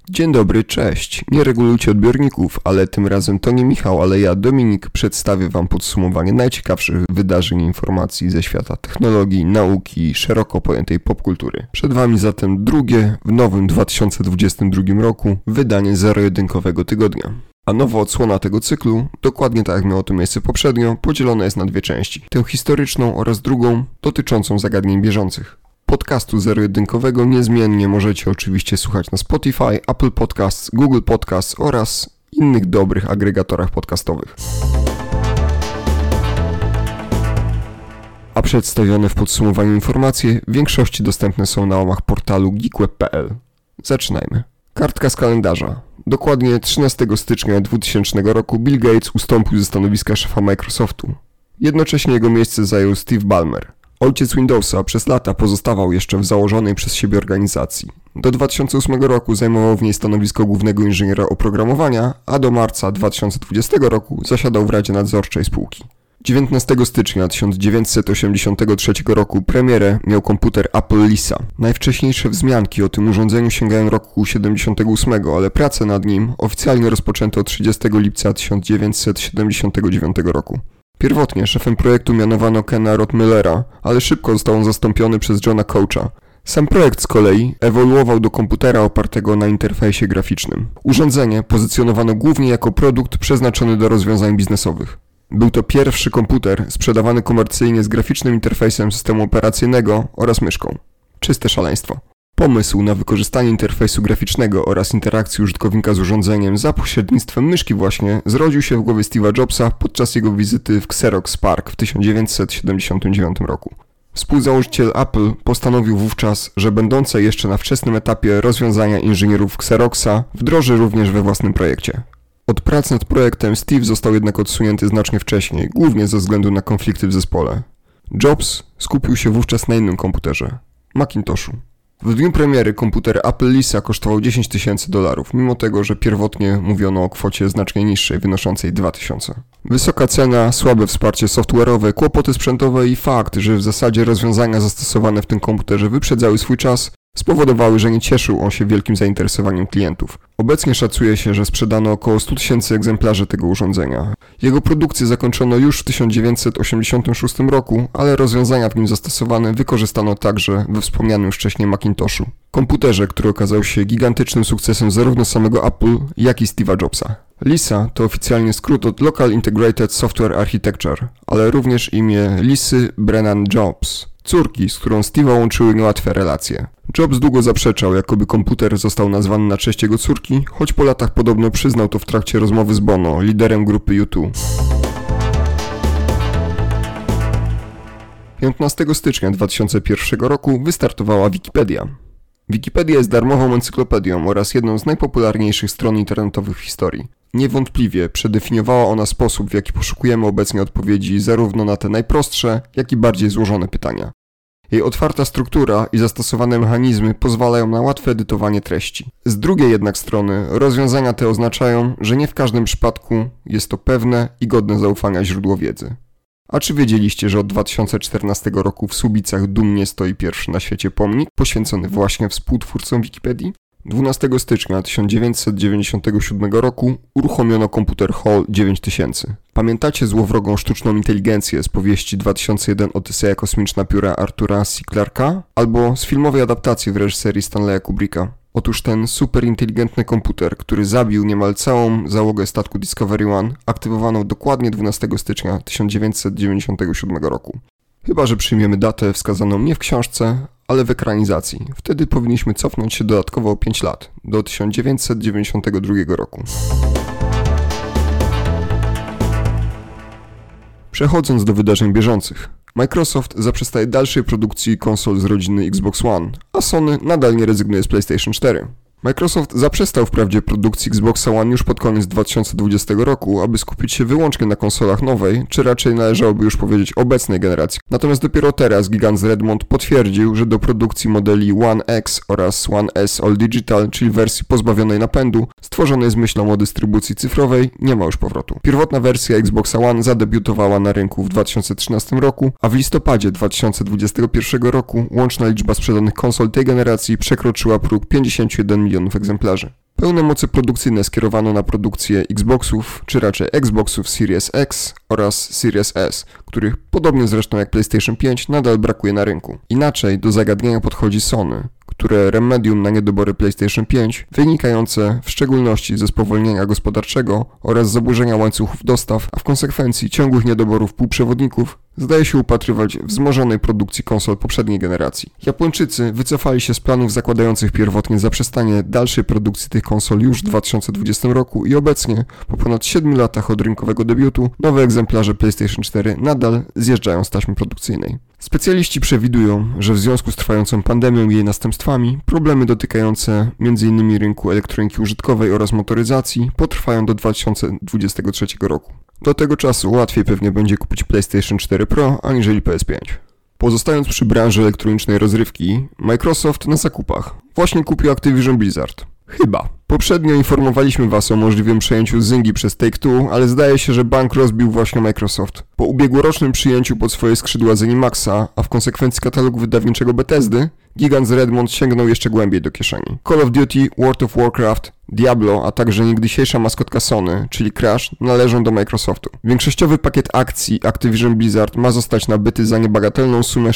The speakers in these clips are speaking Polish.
Dzień dobry, cześć. Nie regulujcie odbiorników, ale tym razem to nie Michał, ale ja, Dominik, przedstawię Wam podsumowanie najciekawszych wydarzeń i informacji ze świata technologii, nauki i szeroko pojętej popkultury. Przed Wami zatem drugie, w nowym 2022 roku, wydanie zero-jedynkowego tygodnia. A nowa odsłona tego cyklu, dokładnie tak jak miało to miejsce poprzednio, podzielona jest na dwie części. Tę historyczną oraz drugą, dotyczącą zagadnień bieżących. Podcastu zero-jedynkowego niezmiennie możecie oczywiście słuchać na Spotify, Apple Podcasts, Google Podcasts oraz innych dobrych agregatorach podcastowych. A przedstawione w podsumowaniu informacje w większości dostępne są na łamach portalu geekweb.pl. Zaczynajmy. Kartka z kalendarza. Dokładnie 13 stycznia 2000 roku Bill Gates ustąpił ze stanowiska szefa Microsoftu. Jednocześnie jego miejsce zajął Steve Ballmer. Ojciec Windowsa przez lata pozostawał jeszcze w założonej przez siebie organizacji. Do 2008 roku zajmował w niej stanowisko głównego inżyniera oprogramowania, a do marca 2020 roku zasiadał w Radzie Nadzorczej spółki. 19 stycznia 1983 roku premierę miał komputer Apple Lisa. Najwcześniejsze wzmianki o tym urządzeniu sięgają roku 78, ale prace nad nim oficjalnie rozpoczęto 30 lipca 1979 roku. Pierwotnie szefem projektu mianowano Kena Rottmillera, ale szybko został on zastąpiony przez Johna Coucha. Sam projekt z kolei ewoluował do komputera opartego na interfejsie graficznym. Urządzenie pozycjonowano głównie jako produkt przeznaczony do rozwiązań biznesowych. Był to pierwszy komputer sprzedawany komercyjnie z graficznym interfejsem systemu operacyjnego oraz myszką. Czyste szaleństwo. Pomysł na wykorzystanie interfejsu graficznego oraz interakcji użytkownika z urządzeniem za pośrednictwem myszki właśnie zrodził się w głowie Steve'a Jobsa podczas jego wizyty w Xerox PARC w 1979 roku. Współzałożyciel Apple postanowił wówczas, że będące jeszcze na wczesnym etapie rozwiązania inżynierów Xeroxa wdroży również we własnym projekcie. Od prac nad projektem Steve został jednak odsunięty znacznie wcześniej, głównie ze względu na konflikty w zespole. Jobs skupił się wówczas na innym komputerze – Macintoshu. W dniu premiery komputer Apple Lisa kosztował $10,000, mimo tego, że pierwotnie mówiono o kwocie znacznie niższej, wynoszącej $2,000. Wysoka cena, słabe wsparcie software'owe, kłopoty sprzętowe i fakt, że w zasadzie rozwiązania zastosowane w tym komputerze wyprzedzały swój czas, spowodowały, że nie cieszył on się wielkim zainteresowaniem klientów. Obecnie szacuje się, że sprzedano około 100,000 egzemplarzy tego urządzenia. Jego produkcję zakończono już w 1986 roku, ale rozwiązania w nim zastosowane wykorzystano także we wspomnianym już wcześniej Macintoshu. Komputerze, który okazał się gigantycznym sukcesem zarówno samego Apple, jak i Steve'a Jobsa. Lisa to oficjalnie skrót od Local Integrated Software Architecture, ale również imię Lisy Brennan Jobs, córki, z którą Steve'a łączyły niełatwe relacje. Jobs długo zaprzeczał, jakoby komputer został nazwany na cześć jego córki, choć po latach podobno przyznał to w trakcie rozmowy z Bono, liderem grupy U2. 15 stycznia 2001 roku wystartowała Wikipedia. Wikipedia jest darmową encyklopedią oraz jedną z najpopularniejszych stron internetowych w historii. Niewątpliwie przedefiniowała ona sposób, w jaki poszukujemy obecnie odpowiedzi zarówno na te najprostsze, jak i bardziej złożone pytania. Jej otwarta struktura i zastosowane mechanizmy pozwalają na łatwe edytowanie treści. Z drugiej jednak strony rozwiązania te oznaczają, że nie w każdym przypadku jest to pewne i godne zaufania źródło wiedzy. A czy wiedzieliście, że od 2014 roku w Słubicach dumnie stoi pierwszy na świecie pomnik poświęcony właśnie współtwórcom Wikipedii? 12 stycznia 1997 roku uruchomiono komputer Hall 9000. Pamiętacie złowrogą sztuczną inteligencję z powieści 2001 Odyseja kosmiczna pióra Artura C. Clarke'a? Albo z filmowej adaptacji w reżyserii Stanleya Kubricka? Otóż ten superinteligentny komputer, który zabił niemal całą załogę statku Discovery One, aktywowano dokładnie 12 stycznia 1997 roku. Chyba że przyjmiemy datę wskazaną nie w książce, ale w ekranizacji. Wtedy powinniśmy cofnąć się dodatkowo o 5 lat, do 1992 roku. Przechodząc do wydarzeń bieżących. Microsoft zaprzestaje dalszej produkcji konsol z rodziny Xbox One, a Sony nadal nie rezygnuje z PlayStation 4. Microsoft zaprzestał wprawdzie produkcji Xboxa One już pod koniec 2020 roku, aby skupić się wyłącznie na konsolach nowej, czy raczej należałoby już powiedzieć obecnej generacji. Natomiast dopiero teraz gigant z Redmond potwierdził, że do produkcji modeli One X oraz One S All Digital, czyli wersji pozbawionej napędu, stworzonej z myślą o dystrybucji cyfrowej, nie ma już powrotu. Pierwotna wersja Xboxa One zadebiutowała na rynku w 2013 roku, a w listopadzie 2021 roku łączna liczba sprzedanych konsol tej generacji przekroczyła próg 51 milionów egzemplarzy. Pełne moce produkcyjne skierowano na produkcję Xboxów, czy raczej Xboxów Series X oraz Series S, których podobnie zresztą jak PlayStation 5 nadal brakuje na rynku. Inaczej do zagadnienia podchodzi Sony, które remedium na niedobory PlayStation 5, wynikające w szczególności ze spowolnienia gospodarczego oraz zaburzenia łańcuchów dostaw, a w konsekwencji ciągłych niedoborów półprzewodników, zdaje się upatrywać w wzmożonej produkcji konsol poprzedniej generacji. Japończycy wycofali się z planów zakładających pierwotnie zaprzestanie dalszej produkcji tych konsol już w 2020 roku i obecnie, po ponad 7 latach od rynkowego debiutu, nowe egzemplarze PlayStation 4 nadal zjeżdżają z taśmy produkcyjnej. Specjaliści przewidują, że w związku z trwającą pandemią i jej następstwami, problemy dotykające m.in. rynku elektroniki użytkowej oraz motoryzacji potrwają do 2023 roku. Do tego czasu łatwiej pewnie będzie kupić PlayStation 4 Pro aniżeli PS5. Pozostając przy branży elektronicznej rozrywki, Microsoft na zakupach właśnie kupił Activision Blizzard. Chyba. Poprzednio informowaliśmy Was o możliwym przejęciu Zyngi przez Take-Two, ale zdaje się, że bank rozbił właśnie Microsoft. Po ubiegłorocznym przyjęciu pod swoje skrzydła ZeniMaxa, a w konsekwencji katalogu wydawniczego Bethesdy, gigant z Redmond sięgnął jeszcze głębiej do kieszeni. Call of Duty, World of Warcraft, Diablo, a także niegdysiejsza maskotka Sony, czyli Crash, należą do Microsoftu. Większościowy pakiet akcji Activision Blizzard ma zostać nabyty za niebagatelną sumę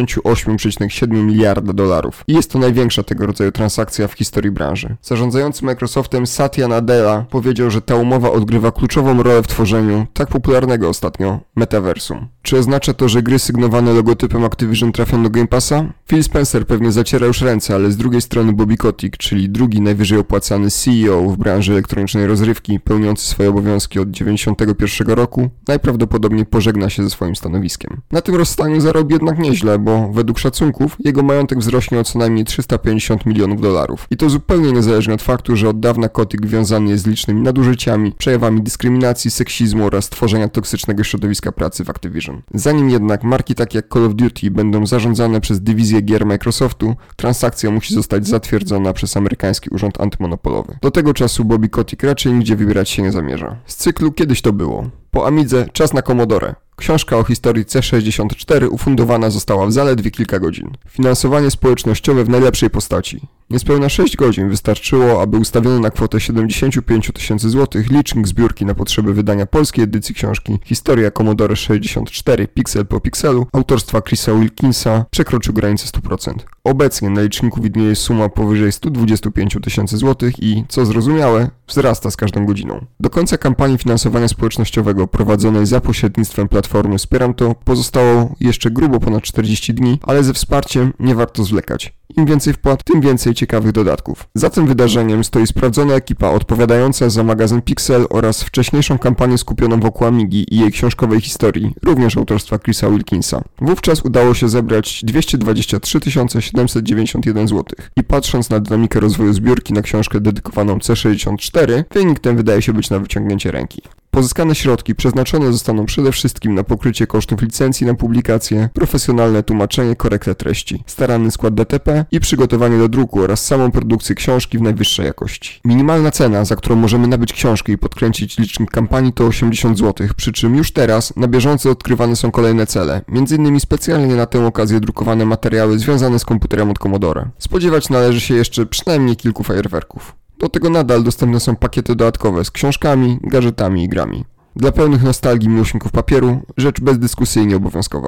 68,7 miliarda dolarów. I jest to największa tego rodzaju transakcja w historii branży. Zarządzający Microsoftem Satya Nadella powiedział, że ta umowa odgrywa kluczową rolę w tworzeniu tak popularnego ostatnio metaversum. Czy oznacza to, że gry sygnowane logotypem Activision trafią do Game Passa? Phil Spencer pewnie zaciera już ręce, ale z drugiej strony Bobby Kotick, czyli drugi najwyżej opłacany CEO w branży elektronicznej rozrywki, pełniący swoje obowiązki od 1991 roku, najprawdopodobniej pożegna się ze swoim stanowiskiem. Na tym rozstaniu zarobi jednak nieźle, bo według szacunków jego majątek wzrośnie o co najmniej 350 milionów dolarów. I to zupełnie niezależnie od faktu, że od dawna Kotick wiązany jest z licznymi nadużyciami, przejawami dyskryminacji, seksizmu oraz tworzenia toksycznego środowiska pracy w Activision. Zanim jednak marki takie jak Call of Duty będą zarządzane przez dywizję gier Microsoftu, transakcja musi zostać zatwierdzona przez amerykański urząd antymonopolowy. Do tego czasu Bobby Kotick raczej nigdzie wybierać się nie zamierza. Z cyklu Kiedyś to było. Po Amidze czas na Commodore. Książka o historii C64 ufundowana została w zaledwie kilka godzin. Finansowanie społecznościowe w najlepszej postaci. Niespełna 6 godzin wystarczyło, aby ustawiony na kwotę 75 000 złotych licznik zbiórki na potrzeby wydania polskiej edycji książki Historia Commodore 64 piksel po pikselu autorstwa Chrisa Wilkinsa przekroczył granicę 100%. Obecnie na liczniku widnieje suma powyżej 125 000 złotych i, co zrozumiałe, wzrasta z każdą godziną. Do końca kampanii finansowania społecznościowego prowadzonej za pośrednictwem platformy Wspieram To pozostało jeszcze grubo ponad 40 dni, ale ze wsparciem nie warto zwlekać. Im więcej wpłat, tym więcej ciekawych dodatków. Za tym wydarzeniem stoi sprawdzona ekipa odpowiadająca za magazyn Pixel oraz wcześniejszą kampanię skupioną wokół Amigi i jej książkowej historii, również autorstwa Chrisa Wilkinsa. Wówczas udało się zebrać 223 791 zł. I patrząc na dynamikę rozwoju zbiórki na książkę dedykowaną C64, wynik ten wydaje się być na wyciągnięcie ręki. Pozyskane środki przeznaczone zostaną przede wszystkim na pokrycie kosztów licencji na publikację, profesjonalne tłumaczenie, korektę treści, staranny skład DTP i przygotowanie do druku oraz samą produkcję książki w najwyższej jakości. Minimalna cena, za którą możemy nabyć książkę i podkręcić licznik kampanii to 80 zł, przy czym już teraz na bieżąco odkrywane są kolejne cele, m.in. specjalnie na tę okazję drukowane materiały związane z komputerem od Commodore. Spodziewać należy się jeszcze przynajmniej kilku fajerwerków. Do tego nadal dostępne są pakiety dodatkowe z książkami, gadżetami i grami. Dla pełnych nostalgii miłośników papieru, rzecz bezdyskusyjnie obowiązkowa.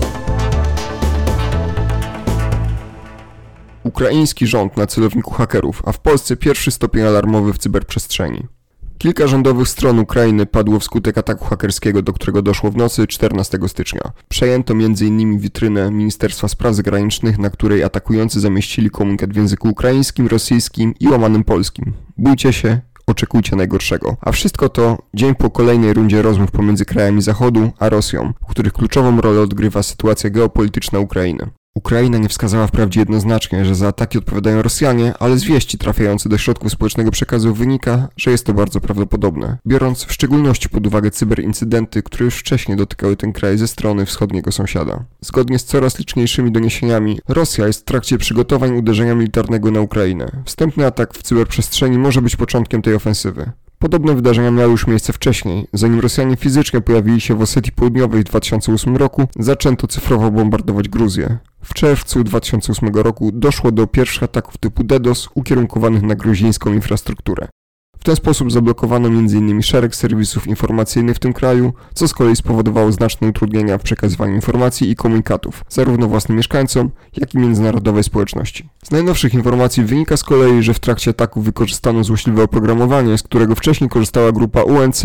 Ukraiński rząd na celowniku hakerów, a w Polsce pierwszy stopień alarmowy w cyberprzestrzeni. Kilka rządowych stron Ukrainy padło wskutek ataku hakerskiego, do którego doszło w nocy 14 stycznia. Przejęto m.in. witrynę Ministerstwa Spraw Zagranicznych, na której atakujący zamieścili komunikat w języku ukraińskim, rosyjskim i łamanym polskim. Bójcie się, oczekujcie najgorszego. A wszystko to dzień po kolejnej rundzie rozmów pomiędzy krajami Zachodu a Rosją, w których kluczową rolę odgrywa sytuacja geopolityczna Ukrainy. Ukraina nie wskazała wprawdzie jednoznacznie, że za ataki odpowiadają Rosjanie, ale z wieści trafiających do środków społecznego przekazu wynika, że jest to bardzo prawdopodobne, biorąc w szczególności pod uwagę cyberincydenty, które już wcześniej dotykały ten kraj ze strony wschodniego sąsiada. Zgodnie z coraz liczniejszymi doniesieniami, Rosja jest w trakcie przygotowań uderzenia militarnego na Ukrainę. Wstępny atak w cyberprzestrzeni może być początkiem tej ofensywy. Podobne wydarzenia miały już miejsce wcześniej. Zanim Rosjanie fizycznie pojawili się w Osetii Południowej w 2008 roku, zaczęto cyfrowo bombardować Gruzję. W czerwcu 2008 roku doszło do pierwszych ataków typu DDoS ukierunkowanych na gruzińską infrastrukturę. W ten sposób zablokowano m.in. szereg serwisów informacyjnych w tym kraju, co z kolei spowodowało znaczne utrudnienia w przekazywaniu informacji i komunikatów, zarówno własnym mieszkańcom, jak i międzynarodowej społeczności. Z najnowszych informacji wynika z kolei, że w trakcie ataku wykorzystano złośliwe oprogramowanie, z którego wcześniej korzystała grupa UNC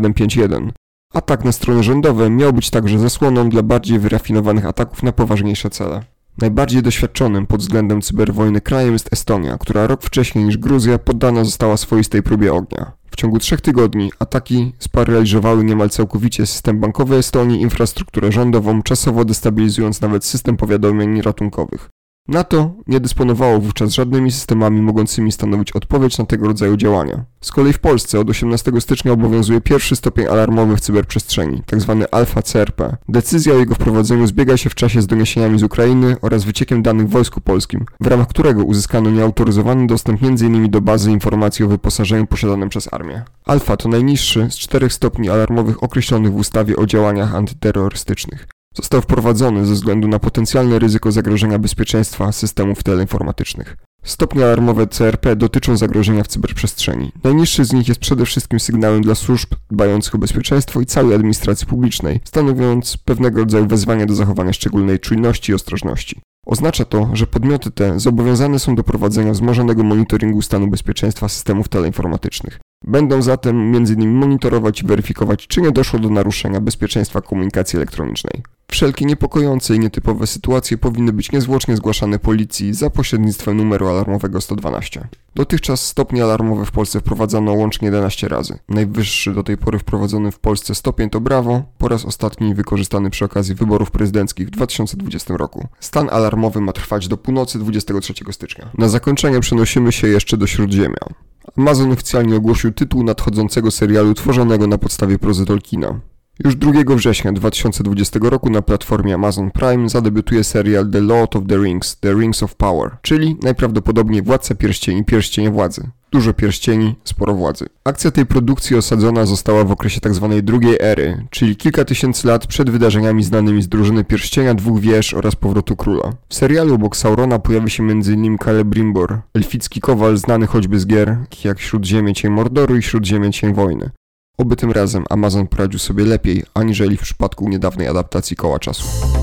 1151. Atak na strony rządowe miał być także zasłoną dla bardziej wyrafinowanych ataków na poważniejsze cele. Najbardziej doświadczonym pod względem cyberwojny krajem jest Estonia, która rok wcześniej niż Gruzja poddana została swoistej próbie ognia. W ciągu 3 tygodni ataki sparaliżowały niemal całkowicie system bankowy Estonii, infrastrukturę rządową, czasowo destabilizując nawet system powiadomień ratunkowych. NATO nie dysponowało wówczas żadnymi systemami mogącymi stanowić odpowiedź na tego rodzaju działania. Z kolei w Polsce od 18 stycznia obowiązuje pierwszy stopień alarmowy w cyberprzestrzeni, tzw. Alfa CRP. Decyzja o jego wprowadzeniu zbiega się w czasie z doniesieniami z Ukrainy oraz wyciekiem danych w Wojsku Polskim, w ramach którego uzyskano nieautoryzowany dostęp m.in. do bazy informacji o wyposażeniu posiadanym przez armię. Alfa to najniższy z 4 stopni alarmowych określonych w ustawie o działaniach antyterrorystycznych. Został wprowadzony ze względu na potencjalne ryzyko zagrożenia bezpieczeństwa systemów teleinformatycznych. Stopnie alarmowe CRP dotyczą zagrożenia w cyberprzestrzeni. Najniższy z nich jest przede wszystkim sygnałem dla służb dbających o bezpieczeństwo i całej administracji publicznej, stanowiąc pewnego rodzaju wezwanie do zachowania szczególnej czujności i ostrożności. Oznacza to, że podmioty te zobowiązane są do prowadzenia wzmożonego monitoringu stanu bezpieczeństwa systemów teleinformatycznych. Będą zatem m.in. monitorować i weryfikować, czy nie doszło do naruszenia bezpieczeństwa komunikacji elektronicznej. Wszelkie niepokojące i nietypowe sytuacje powinny być niezwłocznie zgłaszane policji za pośrednictwem numeru alarmowego 112. Dotychczas stopnie alarmowe w Polsce wprowadzano łącznie 11 razy. Najwyższy do tej pory wprowadzony w Polsce stopień to Brawo, po raz ostatni wykorzystany przy okazji wyborów prezydenckich w 2020 roku. Stan alarmowy ma trwać do północy 23 stycznia. Na zakończenie przenosimy się jeszcze do Śródziemia. Amazon oficjalnie ogłosił tytuł nadchodzącego serialu tworzonego na podstawie prozy Tolkiena. Już 2 września 2020 roku na platformie Amazon Prime zadebiutuje serial The Lord of the Rings, The Rings of Power, czyli najprawdopodobniej Władca Pierścieni, Pierścienie Władzy. Dużo pierścieni, sporo władzy. Akcja tej produkcji osadzona została w okresie tzw. drugiej ery, czyli kilka tysięcy lat przed wydarzeniami znanymi z Drużyny Pierścienia, Dwóch Wież oraz Powrotu Króla. W serialu obok Saurona pojawi się m.in. Celebrimbor, elficki kowal znany choćby z gier, jak Śródziemie Cień Mordoru i Śródziemie Cień Wojny. Oby tym razem Amazon poradził sobie lepiej, aniżeli w przypadku niedawnej adaptacji Koła Czasu.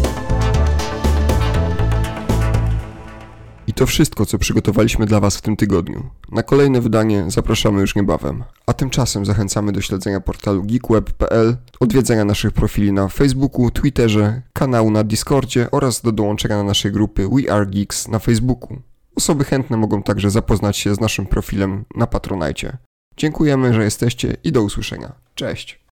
I to wszystko, co przygotowaliśmy dla Was w tym tygodniu. Na kolejne wydanie zapraszamy już niebawem. A tymczasem zachęcamy do śledzenia portalu geekweb.pl, odwiedzenia naszych profili na Facebooku, Twitterze, kanału na Discordzie oraz do dołączenia na naszej grupy We Are Geeks na Facebooku. Osoby chętne mogą także zapoznać się z naszym profilem na Patronite. Dziękujemy, że jesteście i do usłyszenia. Cześć!